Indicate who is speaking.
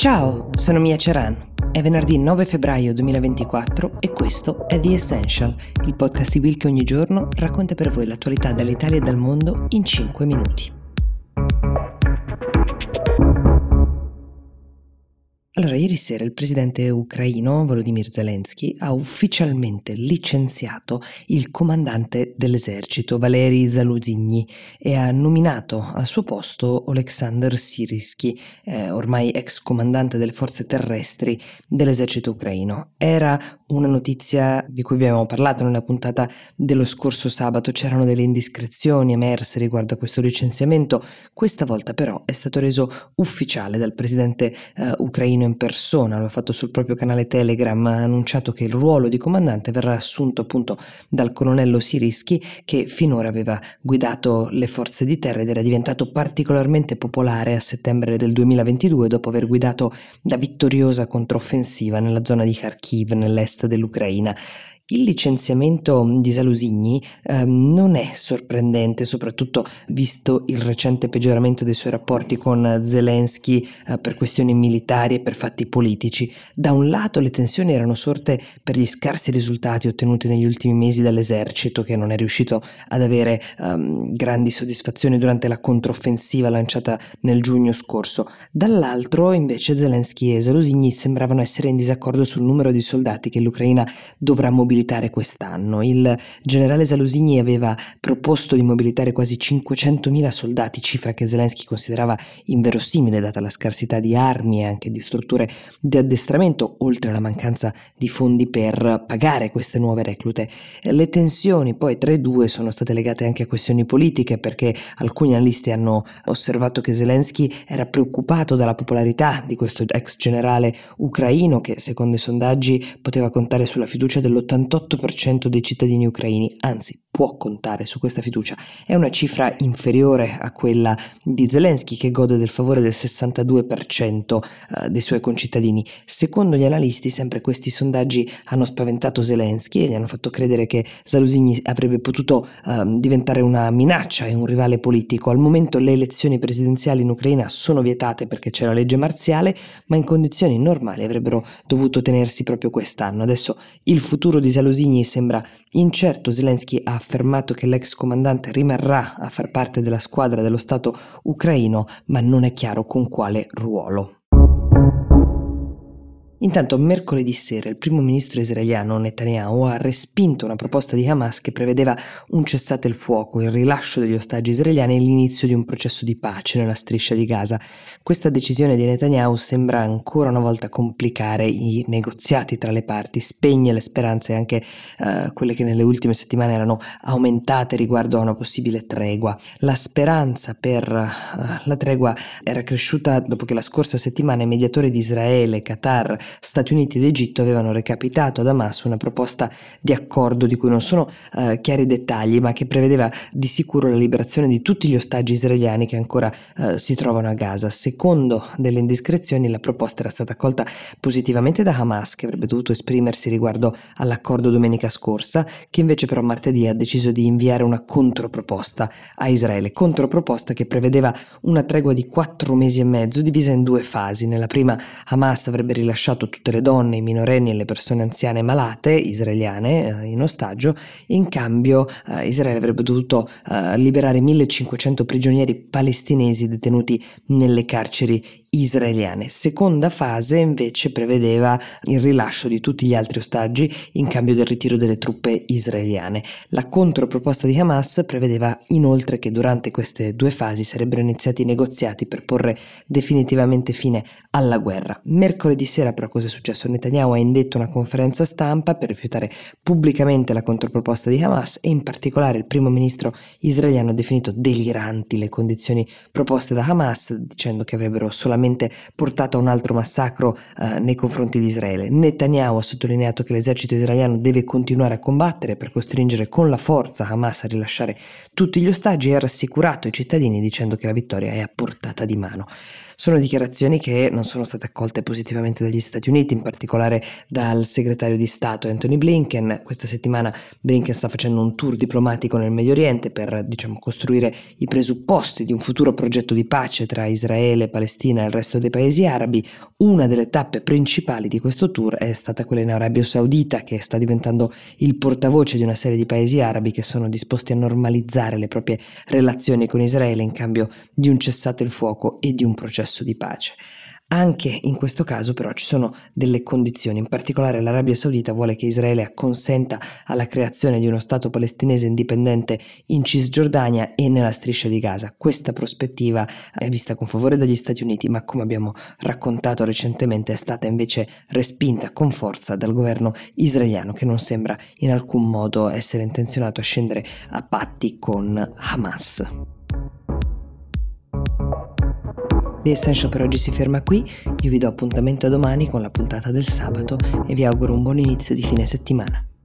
Speaker 1: Ciao, sono Mia Ceran. È venerdì 9 febbraio 2024 e questo è The Essential, il podcast di Will che ogni giorno racconta per voi l'attualità dall'Italia e dal mondo in 5 minuti. Allora, ieri sera il presidente ucraino Volodymyr Zelensky ha ufficialmente licenziato il comandante dell'esercito Valery Zaluzhnyi e ha nominato al suo posto Oleksandr Syrskyi, ormai ex comandante delle forze terrestri dell'esercito ucraino. Era una notizia di cui vi avevamo parlato nella puntata dello scorso sabato, c'erano delle indiscrezioni emerse riguardo a questo licenziamento, questa volta però è stato reso ufficiale dal presidente ucraino in persona, lo ha fatto sul proprio canale Telegram, ha annunciato che il ruolo di comandante verrà assunto appunto dal colonnello Syrskyi, che finora aveva guidato le forze di terra ed era diventato particolarmente popolare a settembre del 2022 dopo aver guidato la vittoriosa controffensiva nella zona di Kharkiv nell'est dell'Ucraina. Il licenziamento di Zaluzhnyi non è sorprendente, soprattutto visto il recente peggioramento dei suoi rapporti con Zelensky per questioni militari e per fatti politici. Da un lato le tensioni erano sorte per gli scarsi risultati ottenuti negli ultimi mesi dall'esercito, che non è riuscito ad avere grandi soddisfazioni durante la controffensiva lanciata nel giugno scorso. Dall'altro invece Zelensky e Zaluzhnyi sembravano essere in disaccordo sul numero di soldati che l'Ucraina dovrà mobilitare quest'anno. Il generale Zaluzhnyi aveva proposto di mobilitare quasi 500.000 soldati, cifra che Zelensky considerava inverosimile data la scarsità di armi e anche di strutture di addestramento, oltre alla mancanza di fondi per pagare queste nuove reclute. Le tensioni poi tra i due sono state legate anche a questioni politiche, perché alcuni analisti hanno osservato che Zelensky era preoccupato dalla popolarità di questo ex generale ucraino, che secondo i sondaggi poteva contare sulla fiducia dell'88% dei cittadini ucraini, anzi può contare su questa fiducia. È una cifra inferiore a quella di Zelensky, che gode del favore del 62% dei suoi concittadini. Secondo gli analisti, sempre questi sondaggi hanno spaventato Zelensky e gli hanno fatto credere che Zaluzhnyi avrebbe potuto diventare una minaccia e un rivale politico. Al momento le elezioni presidenziali in Ucraina sono vietate perché c'è la legge marziale, ma in condizioni normali avrebbero dovuto tenersi proprio quest'anno. Adesso il futuro di Zaluzhnyi sembra incerto. Zelensky ha affermato che l'ex comandante rimarrà a far parte della squadra dello Stato ucraino, ma non è chiaro con quale ruolo. Intanto mercoledì sera il primo ministro israeliano Netanyahu ha respinto una proposta di Hamas che prevedeva un cessate il fuoco, il rilascio degli ostaggi israeliani e l'inizio di un processo di pace nella striscia di Gaza. Questa decisione di Netanyahu sembra ancora una volta complicare i negoziati tra le parti, spegne le speranze, anche quelle che nelle ultime settimane erano aumentate riguardo a una possibile tregua. La speranza per la tregua era cresciuta dopo che la scorsa settimana i mediatori di Israele, Qatar, Stati Uniti ed Egitto avevano recapitato ad Hamas una proposta di accordo di cui non sono chiari i dettagli, ma che prevedeva di sicuro la liberazione di tutti gli ostaggi israeliani che ancora si trovano a Gaza. Secondo delle indiscrezioni, la proposta era stata accolta positivamente da Hamas, che avrebbe dovuto esprimersi riguardo all'accordo domenica scorsa, che invece però martedì ha deciso di inviare una controproposta a Israele, controproposta che prevedeva una tregua di 4 mesi e mezzo divisa in 2 fasi. Nella prima Hamas avrebbe rilasciato tutte le donne, i minorenni e le persone anziane malate israeliane in ostaggio. In cambio Israele avrebbe dovuto liberare 1500 prigionieri palestinesi detenuti nelle carceri israeliane. Seconda fase invece prevedeva il rilascio di tutti gli altri ostaggi in cambio del ritiro delle truppe israeliane. La controproposta di Hamas prevedeva inoltre che durante queste 2 fasi sarebbero iniziati i negoziati per porre definitivamente fine alla guerra. Mercoledì sera però cosa è successo? Netanyahu ha indetto una conferenza stampa per rifiutare pubblicamente la controproposta di Hamas e in particolare il primo ministro israeliano ha definito deliranti le condizioni proposte da Hamas, dicendo che avrebbero solamente portato a un altro massacro nei confronti di Israele. Netanyahu ha sottolineato che l'esercito israeliano deve continuare a combattere per costringere con la forza Hamas a rilasciare tutti gli ostaggi e ha rassicurato i cittadini dicendo che la vittoria è a portata di mano. Sono dichiarazioni che non sono state accolte positivamente dagli Stati Uniti, in particolare dal segretario di Stato Anthony Blinken. Questa settimana Blinken sta facendo un tour diplomatico nel Medio Oriente per, costruire i presupposti di un futuro progetto di pace tra Israele, Palestina e il resto dei paesi arabi. Una delle tappe principali di questo tour è stata quella in Arabia Saudita, che sta diventando il portavoce di una serie di paesi arabi che sono disposti a normalizzare le proprie relazioni con Israele in cambio di un cessate il fuoco e di un processo di pace. Anche in questo caso però ci sono delle condizioni, in particolare l'Arabia Saudita vuole che Israele acconsenta alla creazione di uno Stato palestinese indipendente in Cisgiordania e nella striscia di Gaza. Questa prospettiva è vista con favore dagli Stati Uniti, ma come abbiamo raccontato recentemente è stata invece respinta con forza dal governo israeliano, che non sembra in alcun modo essere intenzionato a scendere a patti con Hamas. The Essential per oggi si ferma qui, io vi do appuntamento a domani con la puntata del sabato e vi auguro un buon inizio di fine settimana.